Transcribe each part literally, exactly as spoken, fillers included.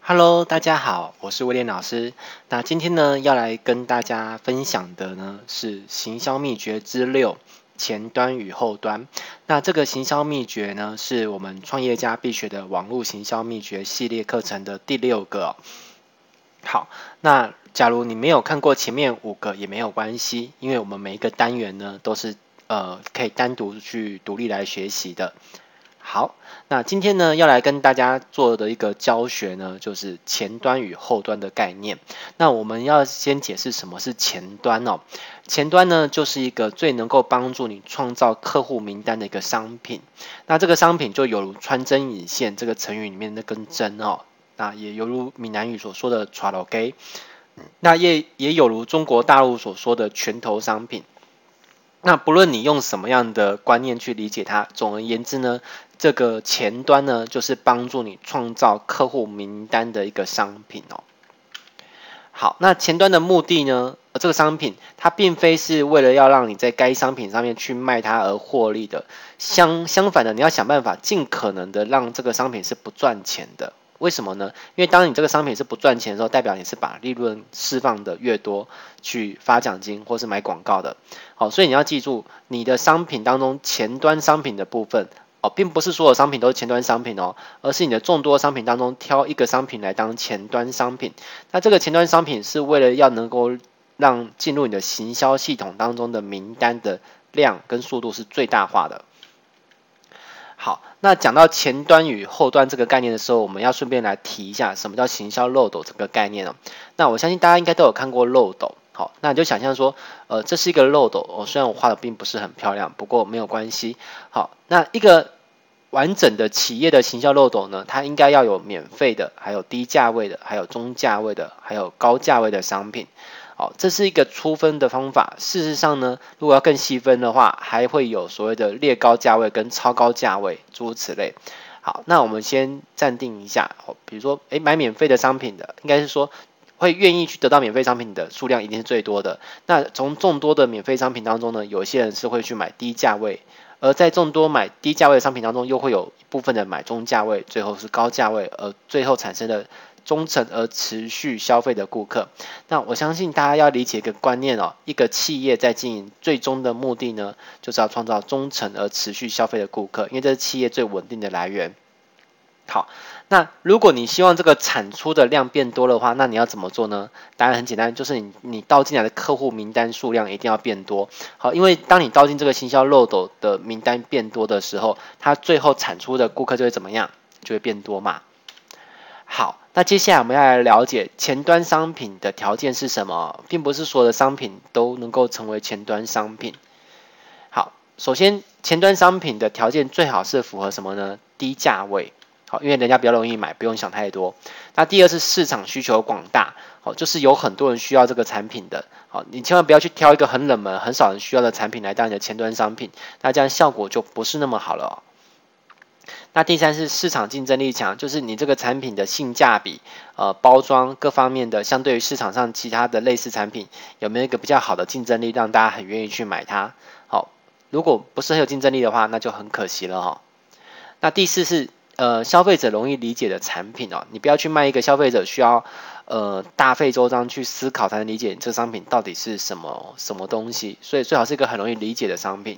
Hello，大家好，我是威廉老师。那今天呢，要来跟大家分享的呢是行销秘诀之六，前端与后端。那这个行销秘诀呢，是我们创业家必学的网络行销秘诀系列课程的第六个哦。好，那假如你没有看过前面五个也没有关系，因为我们每一个单元呢都是呃可以单独去独立来学习的。好，那今天呢要来跟大家做的一个教学呢，就是前端与后端的概念。那我们要先解释什么是前端哦。前端呢就是一个最能够帮助你创造客户名单的一个商品。那这个商品就有如穿针引线这个成语里面那根针哦，那也犹如闽南语所说的 t r a l o g a 那也也有如中国大陆所说的拳头商品。那不论你用什么样的观念去理解它，总而言之呢，这个前端呢，就是帮助你创造客户名单的一个商品哦。好，那前端的目的呢，这个商品它并非是为了要让你在该商品上面去卖它而获利的，相相反的，你要想办法尽可能的让这个商品是不赚钱的。为什么呢？因为当你这个商品是不赚钱的时候，代表你是把利润释放的越多，去发奖金或是买广告的。好，所以你要记住，你的商品当中前端商品的部分，哦，并不是所有商品都是前端商品哦，而是你的众多商品当中挑一个商品来当前端商品。那这个前端商品是为了要能够让进入你的行销系统当中的名单的量跟速度是最大化的。好，那讲到前端与后端这个概念的时候，我们要顺便来提一下什么叫行销漏斗这个概念哦。那我相信大家应该都有看过漏斗，好，那你就想象说，呃，这是一个漏斗哦，虽然我画的并不是很漂亮，不过没有关系。好，那一个完整的企业的行销漏斗呢，它应该要有免费的，还有低价位的，还有中价位的，还有高价位的商品。好，这是一个粗分的方法。事实上呢，如果要更细分的话，还会有所谓的劣高价位跟超高价位，诸如此类。好，那我们先暂定一下，比如说，诶，买免费的商品的，应该是说会愿意去得到免费商品的数量一定是最多的。那从众多的免费商品当中呢，有一些人是会去买低价位，而在众多买低价位的商品当中，又会有一部分的买中价位，最后是高价位，而最后产生的忠诚而持续消费的顾客。那我相信大家要理解一个观念哦，一个企业在经营最终的目的呢，就是要创造忠诚而持续消费的顾客，因为这是企业最稳定的来源。好，那如果你希望这个产出的量变多的话，那你要怎么做呢？答案很简单，就是你你倒进来的客户名单数量一定要变多。好，因为当你倒进这个行销漏斗的名单变多的时候，它最后产出的顾客就会怎么样？就会变多嘛。好，那接下来我们要来了解前端商品的条件是什么，并不是所有的商品都能够成为前端商品。好，首先前端商品的条件最好是符合什么呢？低价位。好，因为人家比较容易买，不用想太多。那第二是市场需求广大，好，就是有很多人需要这个产品的。好，你千万不要去挑一个很冷门、很少人需要的产品来当你的前端商品，那这样效果就不是那么好了哦。那第三是市场竞争力强，就是你这个产品的性价比、呃包装各方面的，相对于市场上其他的类似产品，有没有一个比较好的竞争力，让大家很愿意去买它？好，如果不是很有竞争力的话，那就很可惜了哈、哦。那第四是呃消费者容易理解的产品哦，你不要去卖一个消费者需要呃大费周章去思考才能理解这个商品到底是什么什么东西，所以最好是一个很容易理解的商品。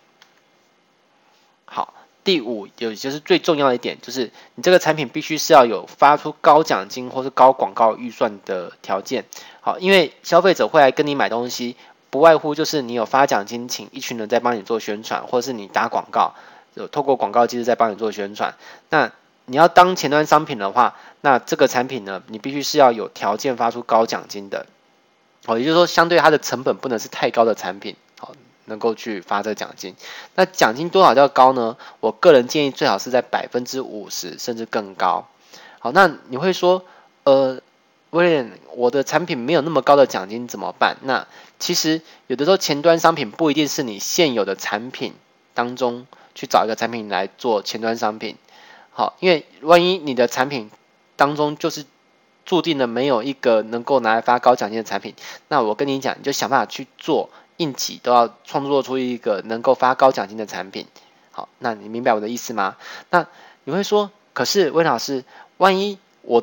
好。第五，也就是最重要的一点，就是你这个产品必须是要有发出高奖金或是高广告预算的条件。好，因为消费者会来跟你买东西，不外乎就是你有发奖金，请一群人在帮你做宣传，或者是你打广告，有透过广告机制在帮你做宣传。那你要当前端商品的话，那这个产品呢，你必须是要有条件发出高奖金的。好，也就是说，相对它的成本不能是太高的产品。好。能够去发这个奖金，那奖金多少叫高呢？我个人建议最好是在百分之五十甚至更高。好，那你会说，呃，威廉，我的产品没有那么高的奖金怎么办？那其实有的时候前端商品不一定是你现有的产品当中去找一个产品来做前端商品。好，因为万一你的产品当中就是注定了没有一个能够拿来发高奖金的产品，那我跟你讲，你就想办法去做。应急都要创作出一个能够发高奖金的产品。好，那你明白我的意思吗？那你会说，可是温老师，万一我的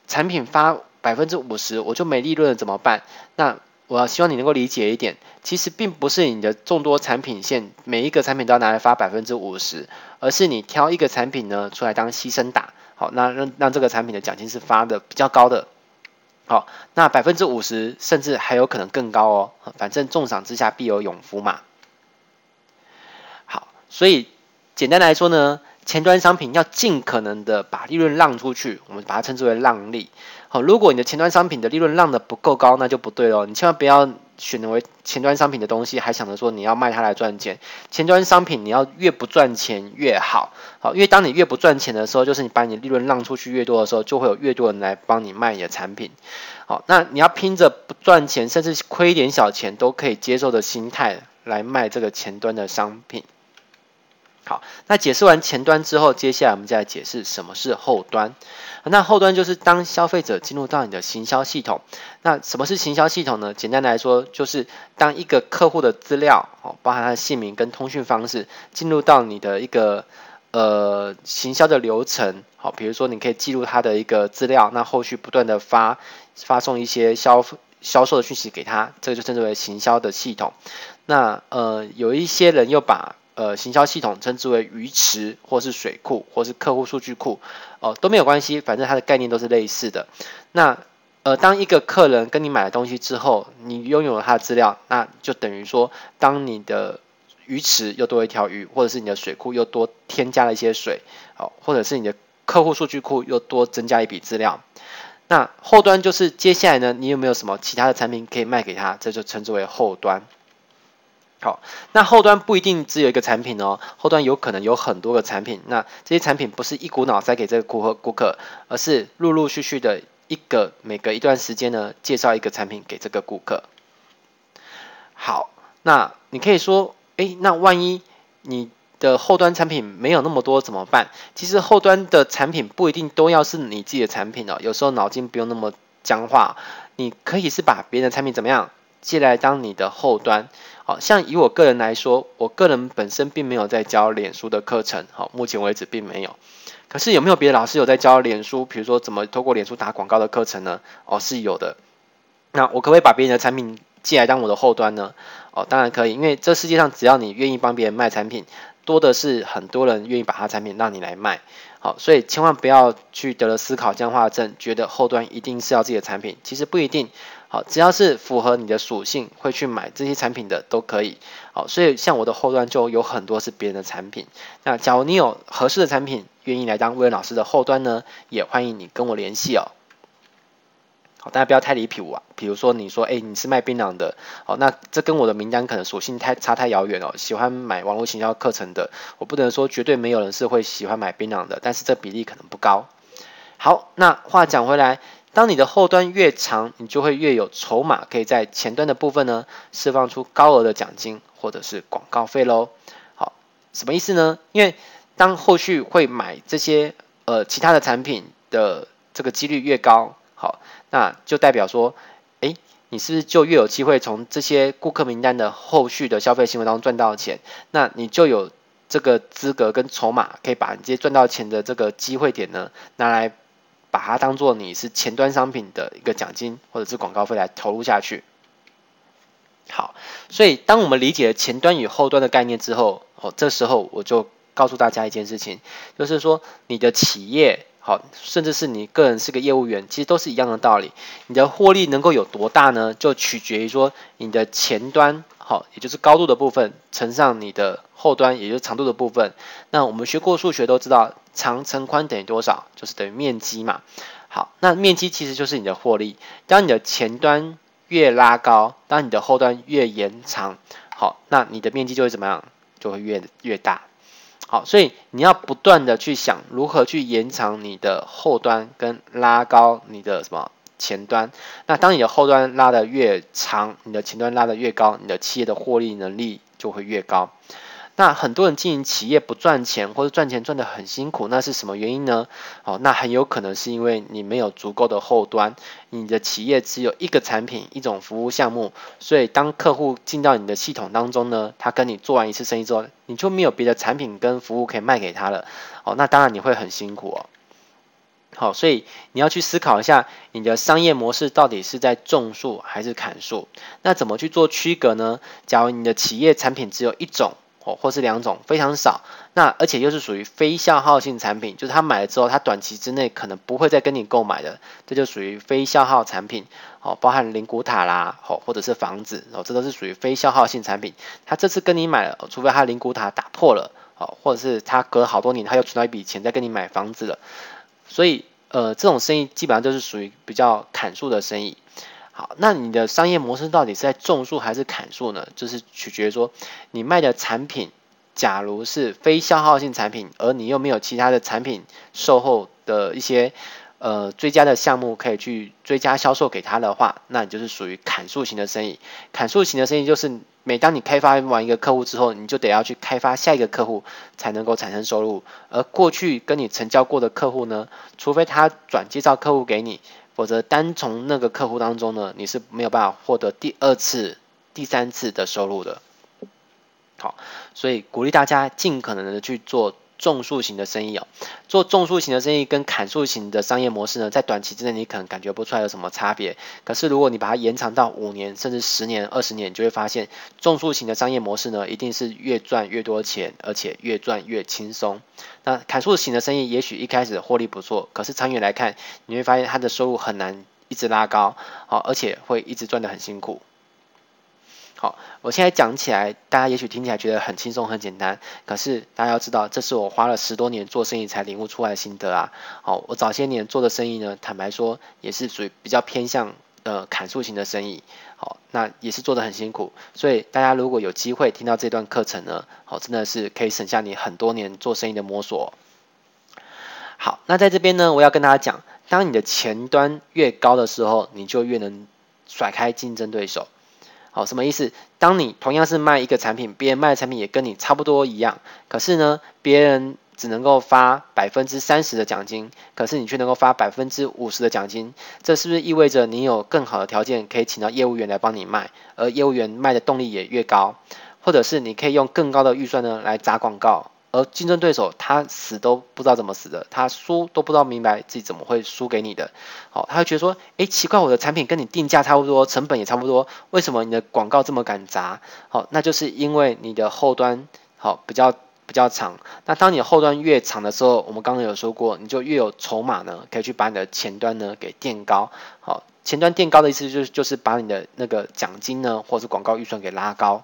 产品发百分之五十，我就没利润了怎么办？那我希望你能够理解一点，其实并不是你的众多产品线每一个产品都要拿来发百分之五十，而是你挑一个产品呢出来当牺牲打，好，那让让这个产品的奖金是发的比较高的。好，那百分之五十甚至还有可能更高哦，反正重赏之下必有勇夫嘛。好，所以简单来说呢，前端商品要尽可能的把利润让出去，我们把它称之为让利。好，如果你的前端商品的利润让的不够高，那就不对咯，你千万不要选为前端商品的东西，还想着说你要卖它来赚钱。前端商品你要越不赚钱越好，好，因为当你越不赚钱的时候，就是你把你的利润让出去越多的时候，就会有越多人来帮你卖你的产品。好，那你要拼着不赚钱，甚至亏一点小钱都可以接受的心态来卖这个前端的商品。好，那解释完前端之后，接下来我们再来解释什么是后端。那后端就是当消费者进入到你的行销系统。那什么是行销系统呢？简单来说，就是当一个客户的资料，包含他的姓名跟通讯方式，进入到你的一个呃行销的流程。好，比如说你可以记录他的一个资料，那后续不断的发发送一些销销售的讯息给他，这个就称之为行销的系统。那呃有一些人又把呃，行销系统称之为鱼池，或是水库，或是客户数据库，哦、呃，都没有关系，反正它的概念都是类似的。那呃，当一个客人跟你买了东西之后，你拥有了他的资料，那就等于说，当你的鱼池又多一条鱼，或者是你的水库又多添加了一些水，哦，或者是你的客户数据库又多增加一笔资料。那后端就是接下来呢，你有没有什么其他的产品可以卖给他？这就称之为后端。好，那后端不一定只有一个产品哦，后端有可能有很多个产品。那这些产品不是一股脑塞给这个顾客顾客，而是陆陆续续的一个每隔一段时间呢，介绍一个产品给这个顾客。好，那你可以说，哎，那万一你的后端产品没有那么多怎么办？其实后端的产品不一定都要是你自己的产品哦，有时候脑筋不用那么僵化，你可以是把别人的产品怎么样借来当你的后端。好，像以我个人来说，我个人本身并没有在教脸书的课程，好，目前为止并没有。可是有没有别的老师有在教脸书，比如说怎么透过脸书打广告的课程呢？哦，是有的。那我可不可以把别人的产品借来当我的后端呢？哦，当然可以，因为这世界上只要你愿意帮别人卖产品，多的是很多人愿意把他产品让你来卖。好，所以千万不要去得了思考僵化症，觉得后端一定是要自己的产品，其实不一定。好，只要是符合你的属性，会去买这些产品的都可以。好，所以像我的后端就有很多是别人的产品。那假如你有合适的产品，愿意来当威恩老师的后端呢，也欢迎你跟我联系哦。好，大家不要太离谱啊！比如说你说，哎，你是卖槟榔的，好，那这跟我的名单可能属性太差太遥远了。喜欢买网络行销课程的，我不能说绝对没有人是会喜欢买槟榔的，但是这比例可能不高。好，那话讲回来，当你的后端越长，你就会越有筹码，可以在前端的部分呢释放出高额的奖金或者是广告费喽。好，什么意思呢？因为当后续会买这些呃其他的产品的这个几率越高，好，那就代表说，哎，你是不是就越有机会从这些顾客名单的后续的消费行为当中赚到钱？那你就有这个资格跟筹码，可以把你这些赚到钱的这个机会点呢，拿来把它当做你是前端商品的一个奖金或者是广告费来投入下去。好，所以当我们理解了前端与后端的概念之后，哦，这时候我就告诉大家一件事情，就是说你的企业，好，甚至是你个人是个业务员，其实都是一样的道理。你的获利能够有多大呢？就取决于说你的前端，好，也就是高度的部分乘上你的后端，也就是长度的部分。那我们学过数学都知道，长乘宽等于多少？就是等于面积嘛。好，那面积其实就是你的获利。当你的前端越拉高，当你的后端越延长，好，那你的面积就会怎么样？就会越越大。好，所以你要不断的去想如何去延长你的后端跟拉高你的什么前端。那当你的后端拉得越长，你的前端拉得越高，你的企业的获利能力就会越高。那很多人经营企业不赚钱，或者赚钱赚得很辛苦，那是什么原因呢？哦，那很有可能是因为你没有足够的后端，你的企业只有一个产品、一种服务项目，所以当客户进到你的系统当中呢，他跟你做完一次生意之后，你就没有别的产品跟服务可以卖给他了。哦，那当然你会很辛苦哦。 好，所以你要去思考一下，你的商业模式到底是在种树还是砍树？那怎么去做区隔呢？假如你的企业产品只有一种，哦，或是两种，非常少，那而且又是属于非消耗性产品，就是他买了之后，他短期之内可能不会再跟你购买的，这就属于非消耗产品，哦，包含灵骨塔啦，哦，或者是房子，哦，这都是属于非消耗性产品。他这次跟你买了，哦，除非他灵骨塔打破了，哦，或者是他隔好多年他又存到一笔钱再跟你买房子了。所以呃，这种生意基本上就是属于比较砍树的生意。好，那你的商业模式到底是在种树还是砍树呢？就是取决于说你卖的产品，假如是非消耗性产品，而你又没有其他的产品售后的一些呃追加的项目可以去追加销售给他的话，那你就是属于砍树型的生意。砍树型的生意就是每当你开发完一个客户之后，你就得要去开发下一个客户才能够产生收入。而过去跟你成交过的客户呢，除非他转介绍客户给你，否则单从那个客户当中呢，你是没有办法获得第二次、第三次的收入的。好，所以鼓励大家尽可能的去做种树型的生意哦。做种树型的生意跟砍树型的商业模式呢，在短期之内你可能感觉不出来有什么差别。可是如果你把它延长到五年，甚至十年、二十年，你就会发现种树型的商业模式呢，一定是越赚越多钱，而且越赚越轻松。那砍树型的生意也许一开始获利不错，可是长远来看，你会发现它的收入很难一直拉高，好，而且会一直赚得很辛苦。好，我现在讲起来，大家也许听起来觉得很轻松很简单，可是大家要知道，这是我花了十多年做生意才领悟出来的心得啊。好，我早些年做的生意呢，坦白说也是属于比较偏向呃砍树型的生意，好，那也是做得很辛苦，所以大家如果有机会听到这段课程呢，好，真的是可以省下你很多年做生意的摸索。好，那在这边呢，我要跟大家讲，当你的前端越高的时候，你就越能甩开竞争对手。好，什么意思？当你同样是卖一个产品，别人卖的产品也跟你差不多一样，可是呢，别人只能够发百分之三十的奖金，可是你却能够发百分之五十的奖金，这是不是意味着你有更好的条件可以请到业务员来帮你卖，而业务员卖的动力也越高，或者是你可以用更高的预算呢来砸广告？而竞争对手他死都不知道怎么死的，他输都不知道明白自己怎么会输给你的，好，他会觉得说，诶，奇怪，我的产品跟你定价差不多，成本也差不多，为什么你的广告这么敢砸？好，那就是因为你的后端好比较比较长，那当你后端越长的时候，我们刚刚有说过，你就越有筹码呢，可以去把你的前端呢给垫高，好，前端垫高的意思就是就是把你的那个奖金呢，或是广告预算给拉高。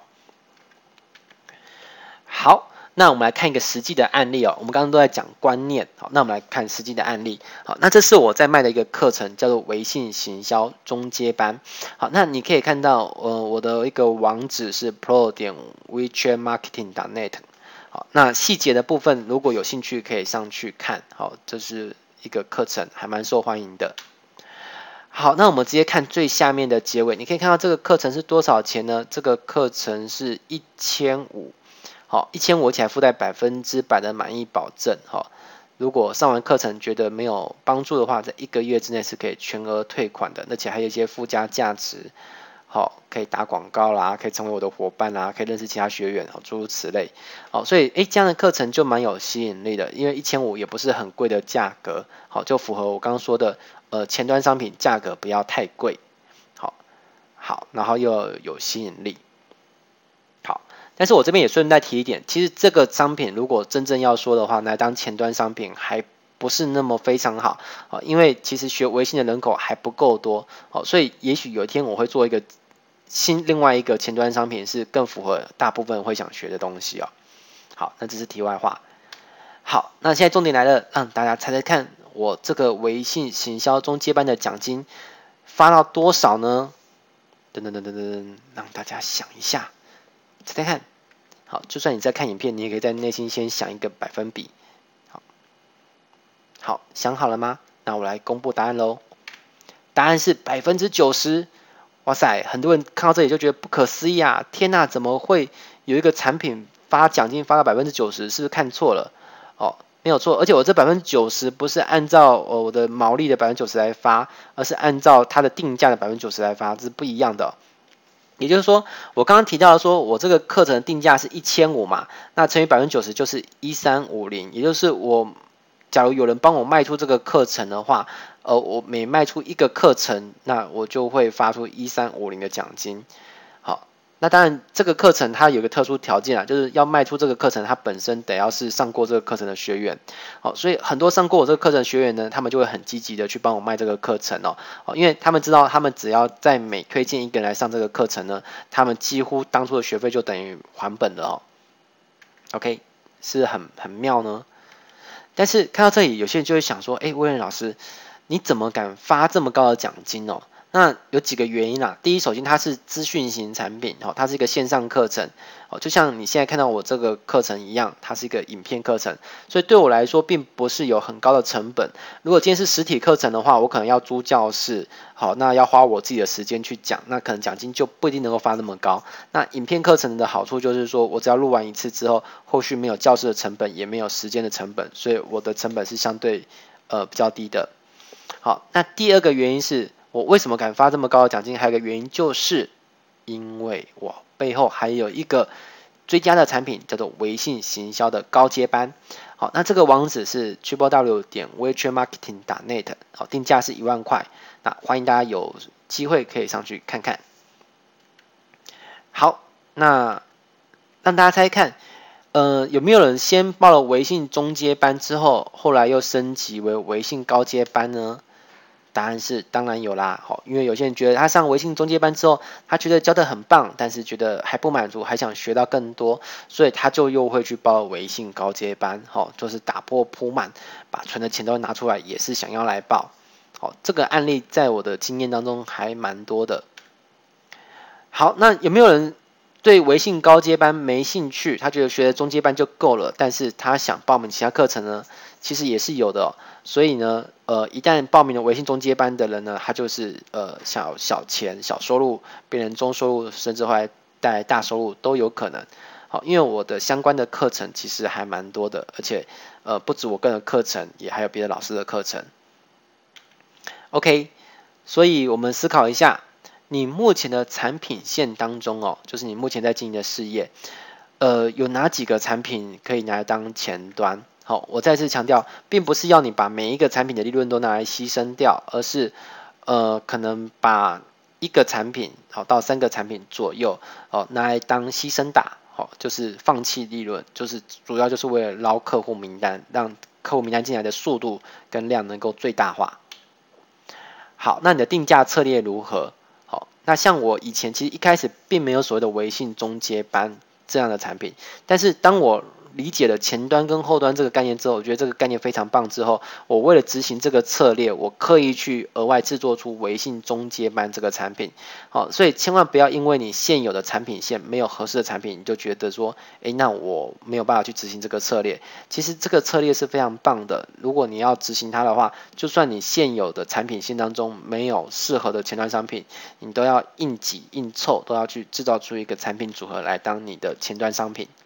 好。那我们来看一个实际的案例哦，我们刚刚都在讲观念，好，那我们来看实际的案例，好，那这是我在卖的一个课程，叫做微信行销中阶班，好，那你可以看到，呃，我的一个网址是 pro 点 wechat marketing 点 net， 好，那细节的部分如果有兴趣可以上去看，好，这是一个课程，还蛮受欢迎的。好，那我们直接看最下面的结尾，你可以看到这个课程是多少钱呢？这个课程是一千五。好，一千五起来附带百分之百的满意保证。好，如果上完课程觉得没有帮助的话，在一个月之内是可以全额退款的，而且还有一些附加价值。好，可以打广告啦，可以成为我的伙伴啦，可以认识其他学员，诸如此类。好，所以诶这样的课程就蛮有吸引力的，因为一千五也不是很贵的价格，好，就符合我刚刚说的，呃，前端商品价格不要太贵。好，好，然后又有吸引力。好。但是我这边也顺带提一点，其实这个商品如果真正要说的话，来当前端商品还不是那么非常好，因为其实学微信的人口还不够多，所以也许有一天我会做一个新另外一个前端商品是更符合大部分人会想学的东西哦。好，那这是题外话。好，那现在重点来了，让大家猜猜看，我这个微信行销中阶班的奖金发到多少呢？等等等等等，让大家想一下。猜猜看，好，就算你在看影片，你也可以在内心先想一个百分比。好，好，想好了吗？那我来公布答案喽。答案是百分之九十。哇塞，很多人看到这里就觉得不可思议啊！天哪，怎么会有一个产品发奖金发到百分之九十？是不是看错了？哦，没有错，而且我这百分之九十不是按照我的毛利的百分之九十来发，而是按照它的定价的百分之九十来发，这是不一样的。也就是说，我刚刚提到的说，我这个课程的定价是一千五嘛，那乘以百分之九十就是一三五零，也就是我假如有人帮我卖出这个课程的话，呃，我每卖出一个课程，那我就会发出一三五零的奖金。好，那当然这个课程它有一个特殊条件啊，就是要卖出这个课程，它本身得要是上过这个课程的学员。好，所以很多上过我这个课程的学员呢，他们就会很积极的去帮我卖这个课程哦，因为他们知道他们只要在每推荐一个人来上这个课程呢，他们几乎当初的学费就等于还本了哦。OK， 是很很妙呢。但是看到这里，有些人就会想说，哎，威廉老师，你怎么敢发这么高的奖金哦？那有几个原因啦。第一，首先它是资讯型产品，哦，它是一个线上课程，哦，就像你现在看到我这个课程一样，它是一个影片课程，所以对我来说并不是有很高的成本。如果今天是实体课程的话，我可能要租教室，好，那要花我自己的时间去讲，那可能奖金就不一定能够发那么高。那影片课程的好处就是说，我只要录完一次之后，后续没有教室的成本，也没有时间的成本，所以我的成本是相对呃比较低的。好，那第二个原因是我为什么敢发这么高的奖金？还有一个原因就是因为我背后还有一个追加的产品，叫做微信行销的高阶班。好，那这个网址是 triple w 点 virtual marketing 点 net， 好，定价是一万块。那欢迎大家有机会可以上去看看。好，那让大家猜看，呃，有没有人先报了微信中阶班之后，后来又升级为微信高阶班呢？答案是当然有啦，好，因为有些人觉得他上微信中阶班之后，他觉得教的很棒，但是觉得还不满足，还想学到更多，所以他就又会去报微信高阶班，好，就是打破铺满，把存的钱都拿出来，也是想要来报。好，这个案例在我的经验当中还蛮多的。好，那有没有人对微信高阶班没兴趣？他觉得学的中阶班就够了，但是他想报名其他课程呢？其实也是有的哦。所以呢，呃，一旦报名了微信中阶班的人呢，他就是呃小小钱、小收入变成中收入，甚至后来带来大收入都有可能。好，因为我的相关的课程其实还蛮多的，而且呃不止我个人的课程，也还有别的老师的课程。OK， 所以我们思考一下。你目前的产品线当中哦，就是你目前在经营的事业，呃，有哪几个产品可以拿来当前端？好，我再次强调，并不是要你把每一个产品的利润都拿来牺牲掉，而是呃，可能把一个产品好到三个产品左右，哦，拿来当牺牲打，好，就是放弃利润，就是主要就是为了捞客户名单，让客户名单进来的速度跟量能够最大化。好，那你的定价策略如何？好，那像我以前其实一开始并没有所谓的微信中阶班这样的产品，但是当我理解了前端跟后端这个概念之后，我觉得这个概念非常棒之后，我为了执行这个策略，我刻意去额外制作出微信中阶班这个产品。好，所以千万不要因为你现有的产品线没有合适的产品，你就觉得说，诶，那我没有办法去执行这个策略。其实这个策略是非常棒的，如果你要执行它的话，就算你现有的产品线当中没有适合的前端商品，你都要硬挤硬凑，都要去制造出一个产品组合来当你的前端商品。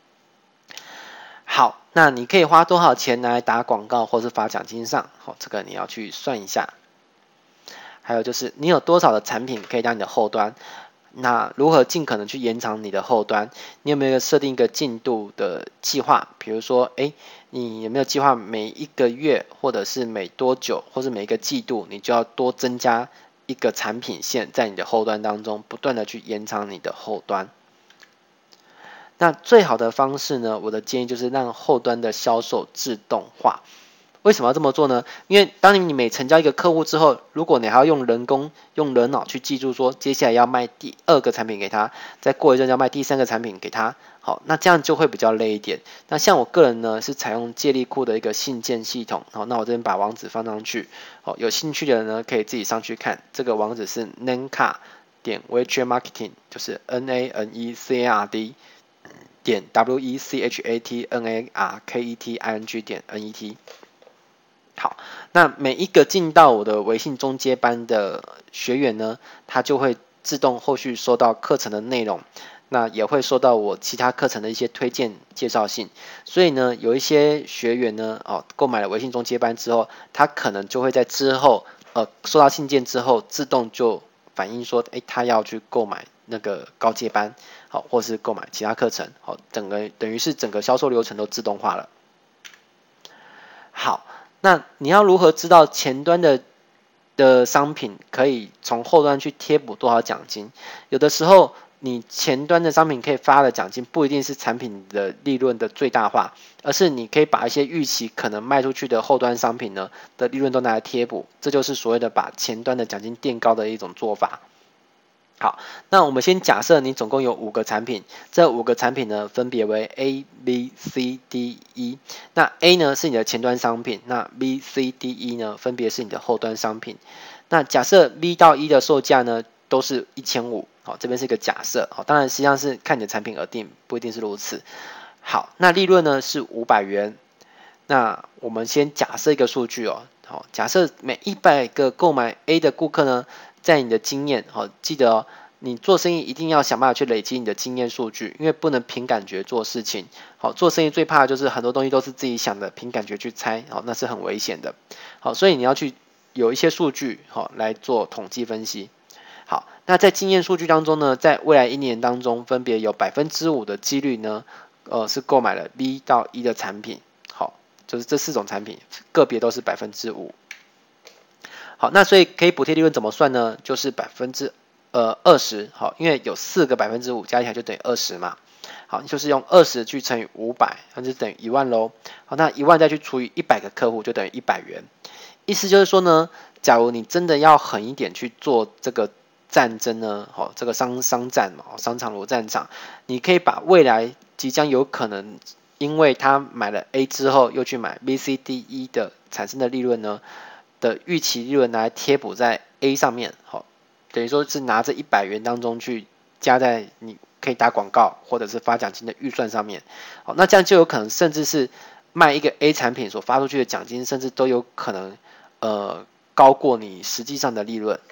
好，那你可以花多少钱来打广告或是发奖金上？好，这个你要去算一下。还有就是你有多少的产品可以当你的后端？那如何尽可能去延长你的后端？你有没有设定一个进度的计划？比如说，哎，你有没有计划每一个月，或者是每多久，或是每一个季度，你就要多增加一个产品线在你的后端当中，不断的去延长你的后端。那最好的方式呢，我的建议就是让后端的销售自动化。为什么要这么做呢？因为当你每成交一个客户之后，如果你还要用人工、用人脑去记住说接下来要卖第二个产品给他，再过一阵要卖第三个产品给他，好，那这样就会比较累一点。那像我个人呢，是采用借力库的一个信件系统，好，那我这边把网址放上去，好，有兴趣的人呢可以自己上去看，这个网址是 nenca 点 virtual marketing， 就是 N A N E C A R D 点 W E C H A T N A R K E T I N G 点 N E T。好，那每一个进到我的微信中阶班的学员呢，他就会自动后续收到课程的内容，那也会收到我其他课程的一些推荐介绍信。所以呢，有一些学员呢，哦，购买了微信中阶班之后，他可能就会在之后，呃，收到信件之后，自动就反映说，哎，他要去购买那个高阶班，好，或是购买其他课程，好，整个等于是整个销售流程都自动化了。 好，那你要如何知道前端的的商品可以从后端去贴补多少奖金？有的时候你前端的商品可以发的奖金不一定是产品的利润的最大化，而是你可以把一些预期可能卖出去的后端商品呢的利润都拿来贴补，这就是所谓的把前端的奖金垫高的一种做法。好，那我们先假设你总共有五个产品，这五个产品呢分别为 A、B、C、D、E。那 A 呢是你的前端商品，那 B、C、D、E 呢分别是你的后端商品。那假设 B 到 E 的售价呢都是一千五百，好，这边是一个假设，好，当然实际上是看你的产品而定，不一定是如此。好，那利润呢是五百元。那我们先假设一个数据哦，好，假设每一百个购买 A 的顾客呢，在你的经验，好，记得哦，你做生意一定要想办法去累积你的经验数据，因为不能凭感觉做事情。好，做生意最怕的就是很多东西都是自己想的，凭感觉去猜，好，那是很危险的。好，所以你要去有一些数据，好，来做统计分析。好，那在经验数据当中呢，在未来一年当中，分别有百分之五的几率呢，呃，是购买了 B 到 E 的产品。好，就是这四种产品，个别都是百分之五。好，那所以可以补贴利润怎么算呢？就是百分之呃二十，好，因为有四个百分之五加起来就等于二十嘛。好，就是用二十去乘以五百，那就等于一万喽。好，那一万再去除以一百个客户，就等于一百元。意思就是说呢，假如你真的要狠一点去做这个战争呢，好，这个商商战嘛，商场如战场，你可以把未来即将有可能因为他买了 A 之后又去买 B、C、D、E 的产生的利润呢的预期利润拿来贴补在 A 上面，好，等于说是拿这一百元当中去加在你可以打广告或者是发奖金的预算上面，好，那这样就有可能甚至是卖一个 A 产品所发出去的奖金，甚至都有可能呃高过你实际上的利润。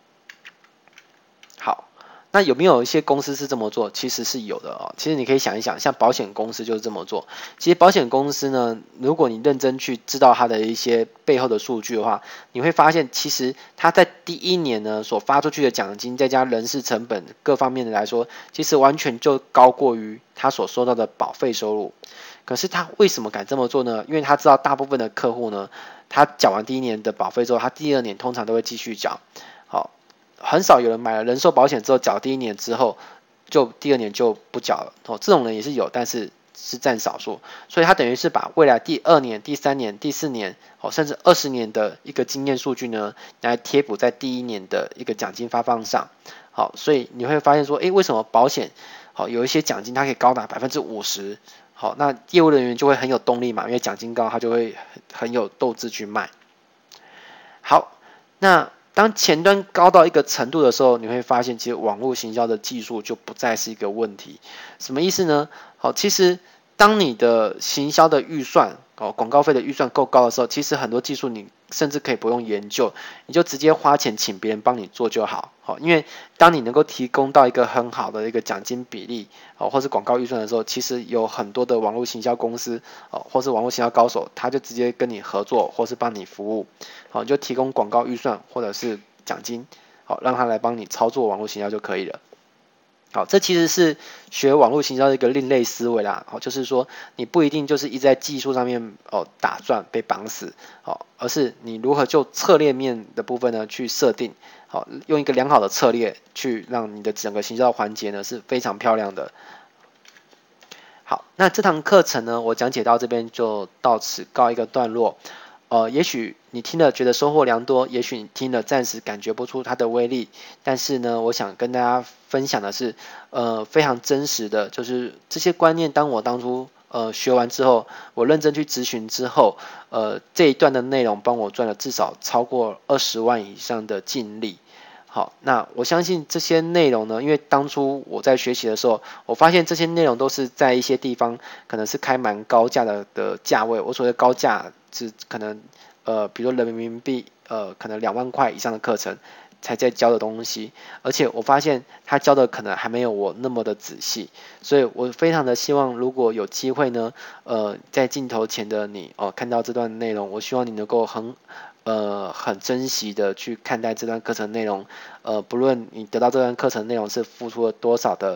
好，那有没有一些公司是这么做？其实是有的哦。其实你可以想一想，像保险公司就是这么做。其实保险公司呢，如果你认真去知道它的一些背后的数据的话，你会发现，其实它在第一年呢所发出去的奖金，再加人事成本各方面的来说，其实完全就高过于它所收到的保费收入。可是他为什么敢这么做呢？因为他知道大部分的客户呢，他缴完第一年的保费之后，他第二年通常都会继续缴。好，很少有人买了人寿保险之后缴第一年之后，就第二年就不缴了。哦，这种人也是有，但是是占少数。所以他等于是把未来第二年、第三年、第四年，哦，甚至二十年的一个经验数据呢，来贴补在第一年的一个奖金发放上。好，所以你会发现说，诶，为什么保险好有一些奖金它可以高达百分之五十？好，那业务人员就会很有动力嘛，因为奖金高，他就会很有斗志去卖。好，那当前端高到一个程度的时候，你会发现其实网络行销的技术就不再是一个问题。什么意思呢？好，其实当你的行销的预算哦，广告费的预算够高的时候，其实很多技术你甚至可以不用研究，你就直接花钱请别人帮你做就好。好，因为当你能够提供到一个很好的一个奖金比例哦，或是广告预算的时候，其实有很多的网络行销公司哦，或是网络行销高手，他就直接跟你合作，或是帮你服务，好，你就提供广告预算或者是奖金，好，让他来帮你操作网络行销就可以了。好，这其实是学网络行销的一个另类思维啦。好，就是说你不一定就是一直在技术上面哦打转被绑死，好，而是你如何就策略面的部分呢去设定，好，用一个良好的策略去让你的整个行销环节呢是非常漂亮的。好，那这堂课程呢，我讲解到这边就到此告一个段落。呃，也许你听了觉得收获良多，也许你听了暂时感觉不出它的威力，但是呢，我想跟大家分享的是，呃，非常真实的，就是这些观念，当我当初呃学完之后，我认真去咨询之后，呃，这一段的内容帮我赚了至少超过二十万以上的净利。好，那我相信这些内容呢，因为当初我在学习的时候，我发现这些内容都是在一些地方可能是开蛮高价的的价位。我所谓的高价是可能呃，比如说人民币呃，可能两万块以上的课程才在教的东西，而且我发现他教的可能还没有我那么的仔细，所以我非常的希望如果有机会呢，呃，在镜头前的你哦、呃，看到这段内容，我希望你能够很呃，很珍惜的去看待这段课程内容，呃，不论你得到这段课程内容是付出了多少的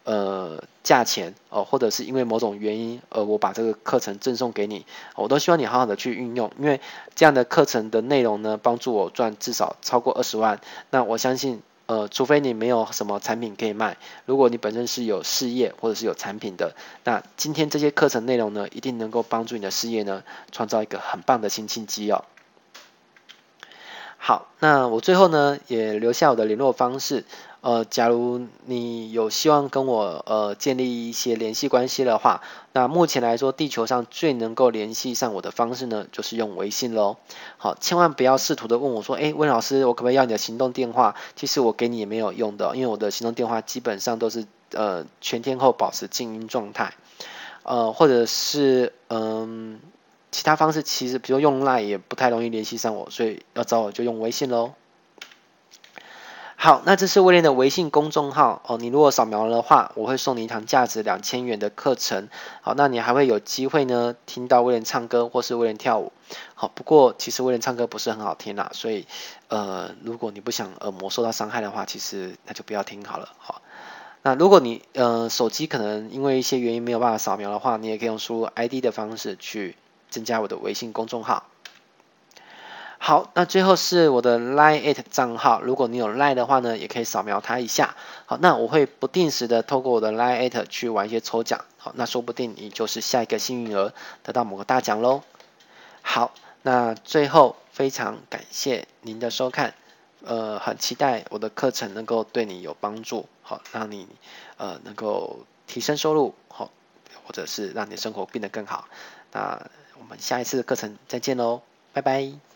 呃价钱哦，或者是因为某种原因，呃，我把这个课程赠送给你，我都希望你好好的去运用，因为这样的课程的内容呢，帮助我赚至少超过二十万。那我相信，呃，除非你没有什么产品可以卖，如果你本身是有事业或者是有产品的，那今天这些课程内容呢，一定能够帮助你的事业呢，创造一个很棒的新契机哦。好，那我最后呢也留下我的联络方式，呃，假如你有希望跟我呃建立一些联系关系的话，那目前来说地球上最能够联系上我的方式呢，就是用微信喽。好，千万不要试图的问我说，诶，温老师，我可不可以要你的行动电话？其实我给你也没有用的，因为我的行动电话基本上都是呃全天候保持静音状态，呃，或者是嗯。其他方式其实，比如用 Line 也不太容易联系上我，所以要找我就用微信喽。好，那这是威廉的微信公众号哦，你如果扫描的话，我会送你一堂价值两千元的课程。好，那你还会有机会呢，听到威廉唱歌或是威廉跳舞。好，不过其实威廉唱歌不是很好听啦，所以呃，如果你不想耳膜受到伤害的话，其实那就不要听好了。好，那如果你呃手机可能因为一些原因没有办法扫描的话，你也可以用输入 I D 的方式去增加我的微信公众号。好，那最后是我的 Line at 账号，如果你有 Line 的话呢，也可以扫描它一下。好，那我会不定时的透过我的 Line at 去玩一些抽奖，好，那说不定你就是下一个幸运儿，得到某个大奖喽。好，那最后非常感谢您的收看，呃，很期待我的课程能够对你有帮助，好，让你呃能够提升收入，好，或者是让你的生活变得更好。那我们下一次的课程再见喽，拜拜。